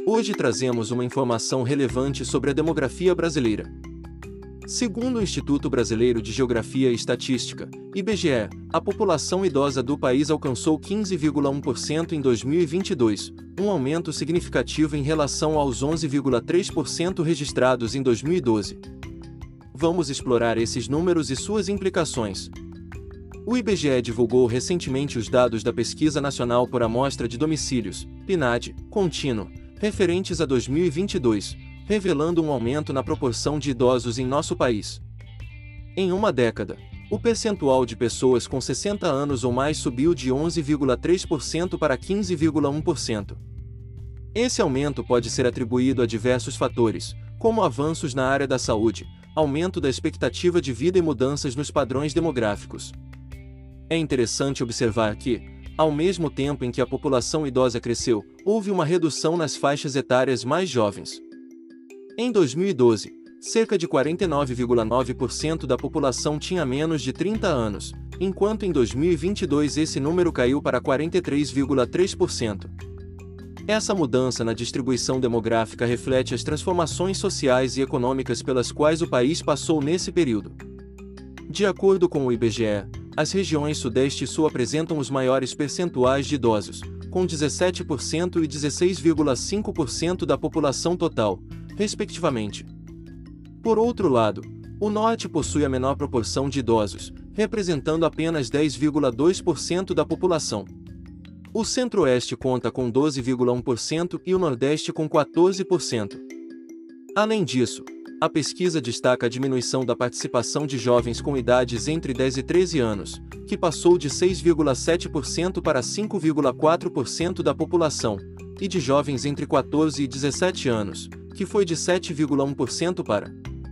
Hoje trazemos uma informação relevante sobre a demografia brasileira. Segundo o Instituto Brasileiro de Geografia e Estatística, IBGE, a população idosa do país alcançou 15,1% em 2022, um aumento significativo em relação aos 11,3% registrados em 2012. Vamos explorar esses números e suas implicações. O IBGE divulgou recentemente os dados da Pesquisa Nacional por Amostra de Domicílios, PNAD, contínua, referentes a 2022, revelando um aumento na proporção de idosos em nosso país. Em uma década, o percentual de pessoas com 60 anos ou mais subiu de 11,3% para 15,1%. Esse aumento pode ser atribuído a diversos fatores, como avanços na área da saúde, aumento da expectativa de vida e mudanças nos padrões demográficos. É interessante observar que, ao mesmo tempo em que a população idosa cresceu, houve uma redução nas faixas etárias mais jovens. Em 2012, cerca de 49,9% da população tinha menos de 30 anos, enquanto em 2022 esse número caiu para 43,3%. Essa mudança na distribuição demográfica reflete as transformações sociais e econômicas pelas quais o país passou nesse período. De acordo com o IBGE, as regiões Sudeste e Sul apresentam os maiores percentuais de idosos, com 17% e 16,5% da população total, respectivamente. Por outro lado, o Norte possui a menor proporção de idosos, representando apenas 10,2% da população. O Centro-Oeste conta com 12,1% e o Nordeste com 14%. Além disso, a pesquisa destaca a diminuição da participação de jovens com idades entre 10 e 13 anos, que passou de 6,7% para 5,4% da população, e de jovens entre 14 e 17 anos, que foi de 7,1% para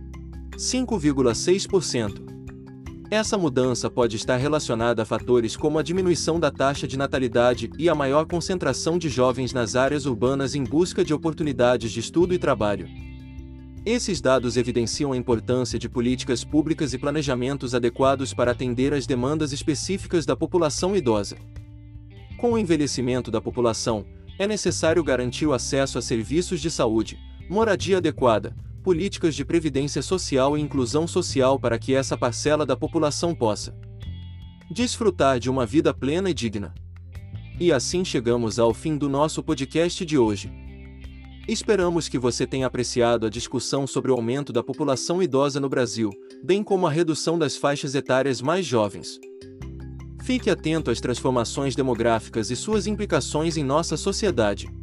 5,6%. Essa mudança pode estar relacionada a fatores como a diminuição da taxa de natalidade e a maior concentração de jovens nas áreas urbanas em busca de oportunidades de estudo e trabalho. Esses dados evidenciam a importância de políticas públicas e planejamentos adequados para atender às demandas específicas da população idosa. Com o envelhecimento da população, é necessário garantir o acesso a serviços de saúde, moradia adequada, políticas de previdência social e inclusão social para que essa parcela da população possa desfrutar de uma vida plena e digna. E assim chegamos ao fim do nosso podcast de hoje. Esperamos que você tenha apreciado a discussão sobre o aumento da população idosa no Brasil, bem como a redução das faixas etárias mais jovens. Fique atento às transformações demográficas e suas implicações em nossa sociedade.